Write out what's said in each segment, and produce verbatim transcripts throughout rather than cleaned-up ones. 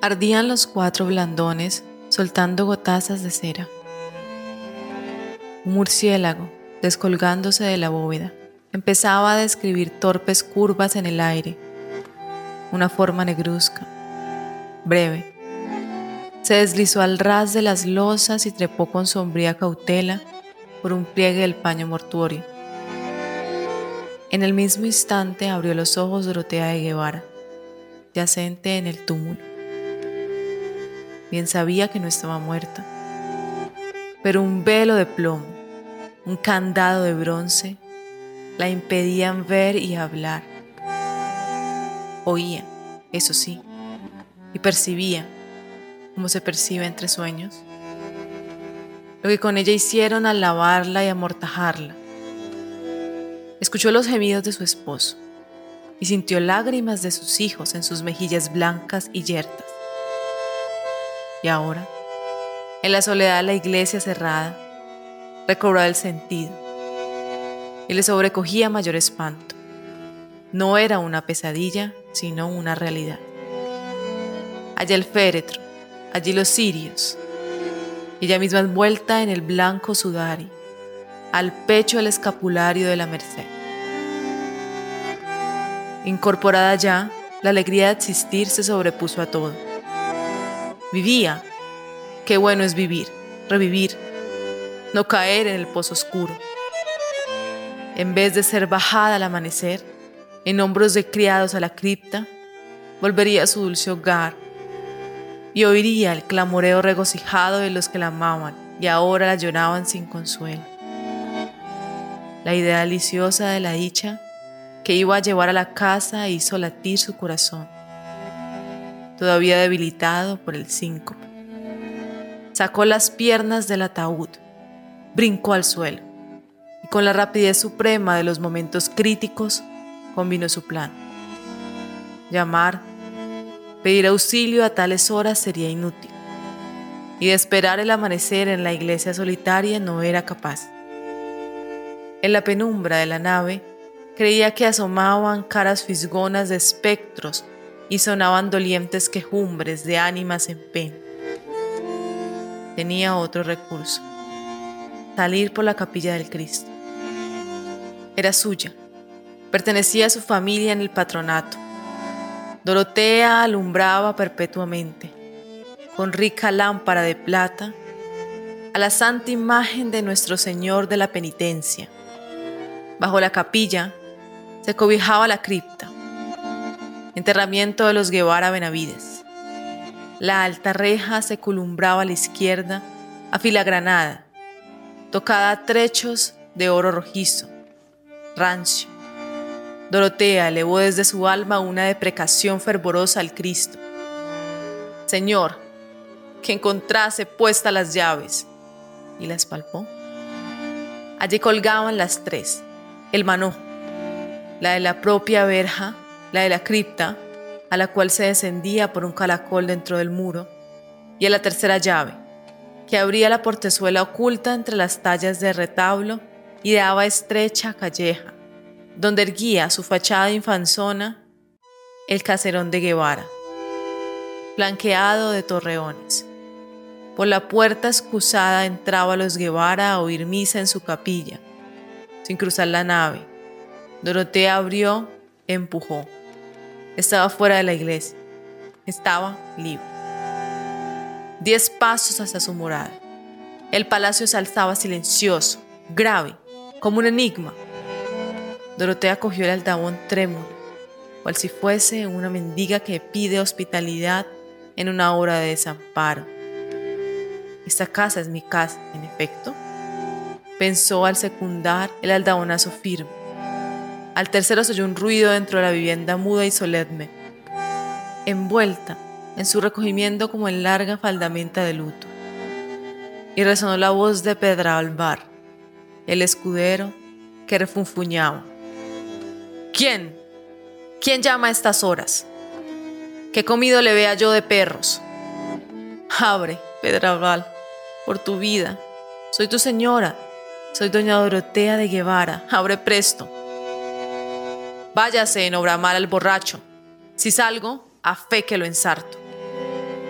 Ardían los cuatro blandones, soltando gotazas de cera. Un murciélago, descolgándose de la bóveda, empezaba a describir torpes curvas en el aire. Una forma negruzca, breve. Se deslizó al ras de las losas y trepó con sombría cautela por un pliegue del paño mortuorio. En el mismo instante abrió los ojos Dorotea de Guevara, yacente en el túmulo. Bien sabía que no estaba muerta, pero un velo de plomo, un candado de bronce, la impedían ver y hablar. Oía, eso sí, y percibía, como se percibe entre sueños, lo que con ella hicieron al lavarla y amortajarla. Escuchó los gemidos de su esposo y sintió lágrimas de sus hijos en sus mejillas blancas y yertas. Y ahora, en la soledad de la iglesia cerrada, recobraba el sentido y le sobrecogía mayor espanto. No era una pesadilla, sino una realidad. Allá el féretro, allí los cirios, ella misma envuelta en el blanco sudari, al pecho el escapulario de la Merced. Incorporada ya, la alegría de existir se sobrepuso a todo. Vivía. Qué bueno es vivir, revivir, no caer en el pozo oscuro. En vez de ser bajada al amanecer, en hombros de criados a la cripta, volvería a su dulce hogar y oiría el clamoreo regocijado de los que la amaban y ahora la lloraban sin consuelo. La idea deliciosa de la dicha que iba a llevar a la casa hizo latir su corazón, todavía debilitado por el síncope. Sacó las piernas del ataúd, brincó al suelo y con la rapidez suprema de los momentos críticos combinó su plan. Llamar, pedir auxilio a tales horas sería inútil y de esperar el amanecer en la iglesia solitaria no era capaz. En la penumbra de la nave creía que asomaban caras fisgonas de espectros y sonaban dolientes quejumbres de ánimas en pena. Tenía otro recurso: salir por la capilla del Cristo. Era suya, pertenecía a su familia en el patronato. Dorotea alumbraba perpetuamente, con rica lámpara de plata, a la santa imagen de Nuestro Señor de la Penitencia. Bajo la capilla se cobijaba la cripta, enterramiento de los Guevara Benavides. La alta reja se columbraba a la izquierda, afilagranada, tocada a trechos de oro rojizo, rancio. Dorotea elevó desde su alma una deprecación fervorosa al Cristo. Señor, que encontrase puestas las llaves, y las palpó. Allí colgaban las tres, el manojo, la de la propia verja, la de la cripta, a la cual se descendía por un caracol dentro del muro, y a la tercera llave, que abría la portezuela oculta entre las tallas de retablo y daba estrecha calleja, donde erguía su fachada infanzona el caserón de Guevara, flanqueado de torreones. Por la puerta excusada entraba los Guevara a oír misa en su capilla, sin cruzar la nave. Dorotea abrió, empujó. Estaba fuera de la iglesia. Estaba libre. Diez pasos hasta su morada. El palacio se alzaba silencioso, grave, como un enigma. Dorotea cogió el altavoz trémulo, cual si fuese una mendiga que pide hospitalidad en una hora de desamparo. Esta casa es mi casa, en efecto, pensó al secundar el aldabonazo firme. Al tercero se oyó un ruido dentro de la vivienda muda y solemne, envuelta en su recogimiento como en larga faldamenta de luto. Y resonó la voz de Pedralbar, el escudero, que refunfuñaba. ¿Quién? ¿Quién llama a estas horas? ¿Qué comido le vea yo de perros? Abre, Pedralbar, por tu vida. Soy tu señora, soy doña Dorotea de Guevara. Abre presto. Váyase en obra mala al borracho. Si salgo, a fe que lo ensarto.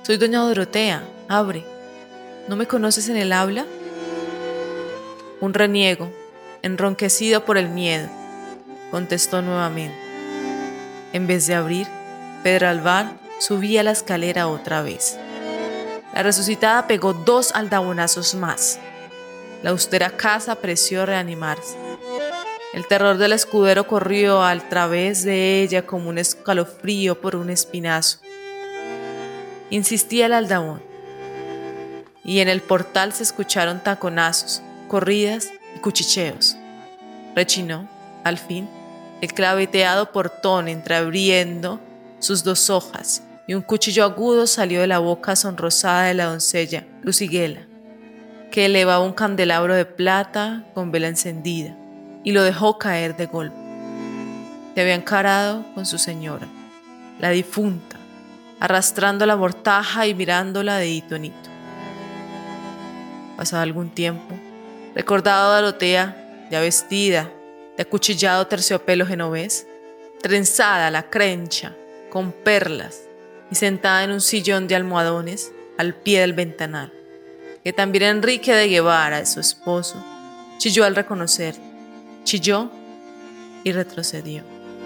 Soy doña Dorotea, abre. ¿No me conoces en el habla? Un reniego, enronquecido por el miedo, contestó nuevamente. En vez de abrir, Pedralbán subía la escalera otra vez. La resucitada pegó dos aldabonazos más. La austera casa pareció reanimarse. El terror del escudero corrió a través de ella como un escalofrío por un espinazo. Insistía el aldabón, y en el portal se escucharon taconazos, corridas y cuchicheos. Rechinó, al fin, el claveteado portón entreabriendo sus dos hojas, y un cuchillo agudo salió de la boca sonrosada de la doncella Luciguela, que elevaba un candelabro de plata con vela encendida, y lo dejó caer de golpe. Se había encarado con su señora, la difunta, arrastrando la mortaja y mirándola de hito en hito. Pasado algún tiempo, recordaba a Dorotea, ya vestida, de acuchillado terciopelo genovés, trenzada la crencha, con perlas, y sentada en un sillón de almohadones al pie del ventanal, que también Enrique de Guevara, su esposo, chilló al reconocer, chilló y retrocedió.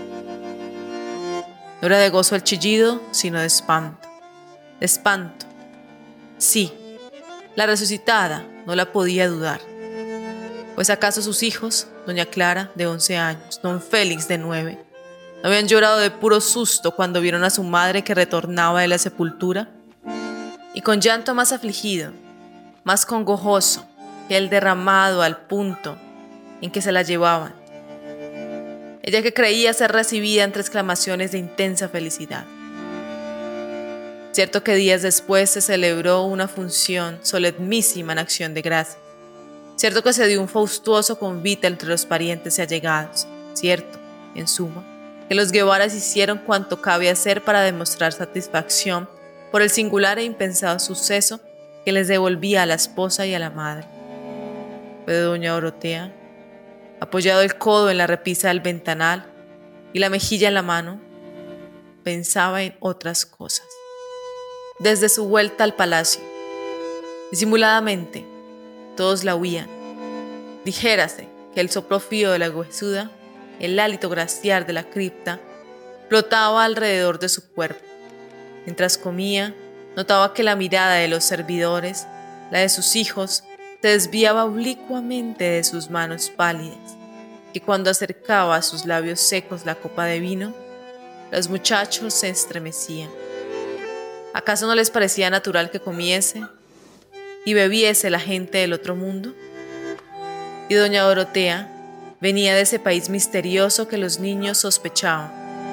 No era de gozo el chillido, sino de espanto. De espanto. Sí, la resucitada no la podía dudar. Pues acaso sus hijos, doña Clara, de once años, don Félix, de nueve, ¿no habían llorado de puro susto cuando vieron a su madre que retornaba de la sepultura? Y con llanto más afligido, más congojoso que el derramado al punto en que se la llevaban. Ella que creía ser recibida entre exclamaciones de intensa felicidad. Cierto que días después se celebró una función solemnísima en acción de gracias. Cierto que se dio un faustuoso convite entre los parientes y allegados. Cierto, en suma, que los Guevaras hicieron cuanto cabe hacer para demostrar satisfacción por el singular e impensado suceso que les devolvía a la esposa y a la madre. Pero doña Dorotea, apoyado el codo en la repisa del ventanal y la mejilla en la mano, pensaba en otras cosas. Desde su vuelta al palacio, disimuladamente, todos la huían. Dijérase que el soplo frío de la huesuda, el hálito glaciar de la cripta, flotaba alrededor de su cuerpo. Mientras comía, notaba que la mirada de los servidores, la de sus hijos, se desviaba oblicuamente de sus manos pálidas, que cuando acercaba a sus labios secos la copa de vino, los muchachos se estremecían. ¿Acaso no les parecía natural que comiese y bebiese la gente del otro mundo? Y doña Dorotea venía de ese país misterioso que los niños sospechaban,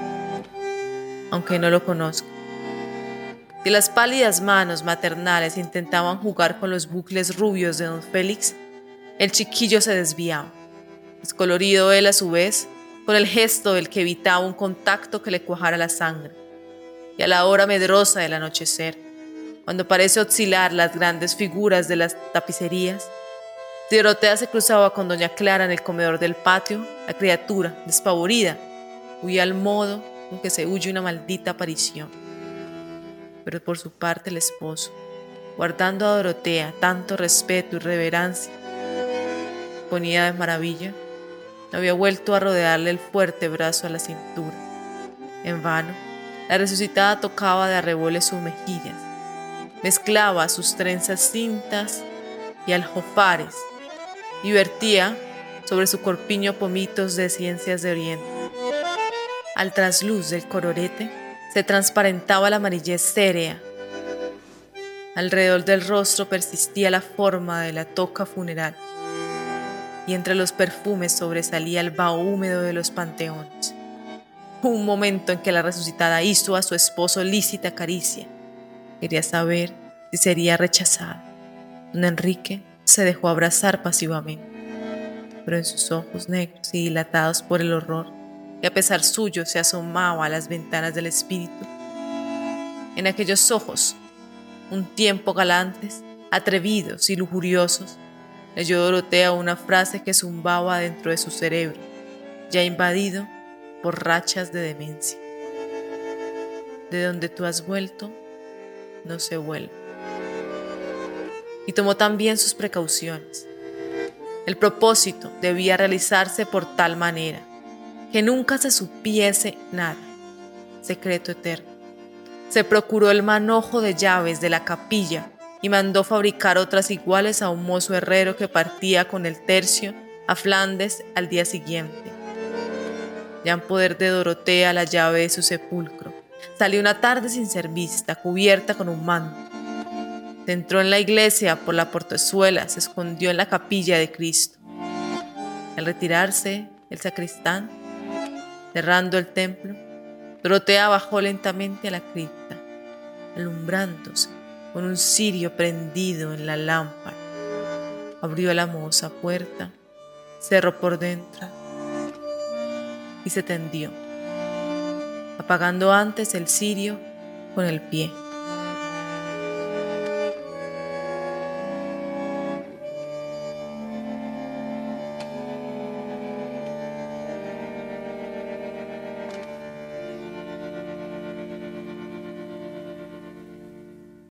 aunque no lo conozco. Si las pálidas manos maternales intentaban jugar con los bucles rubios de don Félix, el chiquillo se desviaba, descolorido él a su vez, con el gesto del que evitaba un contacto que le cuajara la sangre. Y a la hora medrosa del anochecer, cuando parece oscilar las grandes figuras de las tapicerías, si Dorotea se cruzaba con doña Clara en el comedor del patio, la criatura, despavorida, huía al modo con que se huye una maldita aparición. Pero por su parte el esposo, guardando a Dorotea tanto respeto y reverencia, ponía de maravilla, no había vuelto a rodearle el fuerte brazo a la cintura. En vano, la resucitada tocaba de arrebole sus mejillas, mezclaba sus trenzas cintas y aljofares y vertía sobre su corpiño pomitos de ciencias de oriente. Al trasluz del colorete se transparentaba la amarillez sérea. Alrededor del rostro persistía la forma de la toca funeral y entre los perfumes sobresalía el vaho húmedo de los panteones. Un momento en que la resucitada hizo a su esposo lícita caricia. Quería saber si sería rechazada. Don Enrique se dejó abrazar pasivamente, pero en sus ojos negros y dilatados por el horror, que a pesar suyo se asomaba a las ventanas del espíritu, en aquellos ojos, un tiempo galantes, atrevidos y lujuriosos, leyó Dorotea una frase que zumbaba dentro de su cerebro, ya invadido por rachas de demencia. De donde tú has vuelto, no se vuelva. Y tomó también sus precauciones. El propósito debía realizarse por tal manera que nunca se supiese nada, secreto eterno. Se procuró el manojo de llaves de la capilla y mandó fabricar otras iguales a un mozo herrero que partía con el tercio a Flandes al día siguiente. Ya en poder de Dorotea la llave de su sepulcro, salió una tarde sin ser vista, cubierta con un manto. Se entró en la iglesia por la portezuela, se escondió en la capilla de Cristo. Al retirarse el sacristán, cerrando el templo, Dorotea bajó lentamente a la cripta, alumbrándose con un cirio prendido en la lámpara. Abrió la mohosa puerta, cerró por dentro y se tendió, apagando antes el cirio con el pie.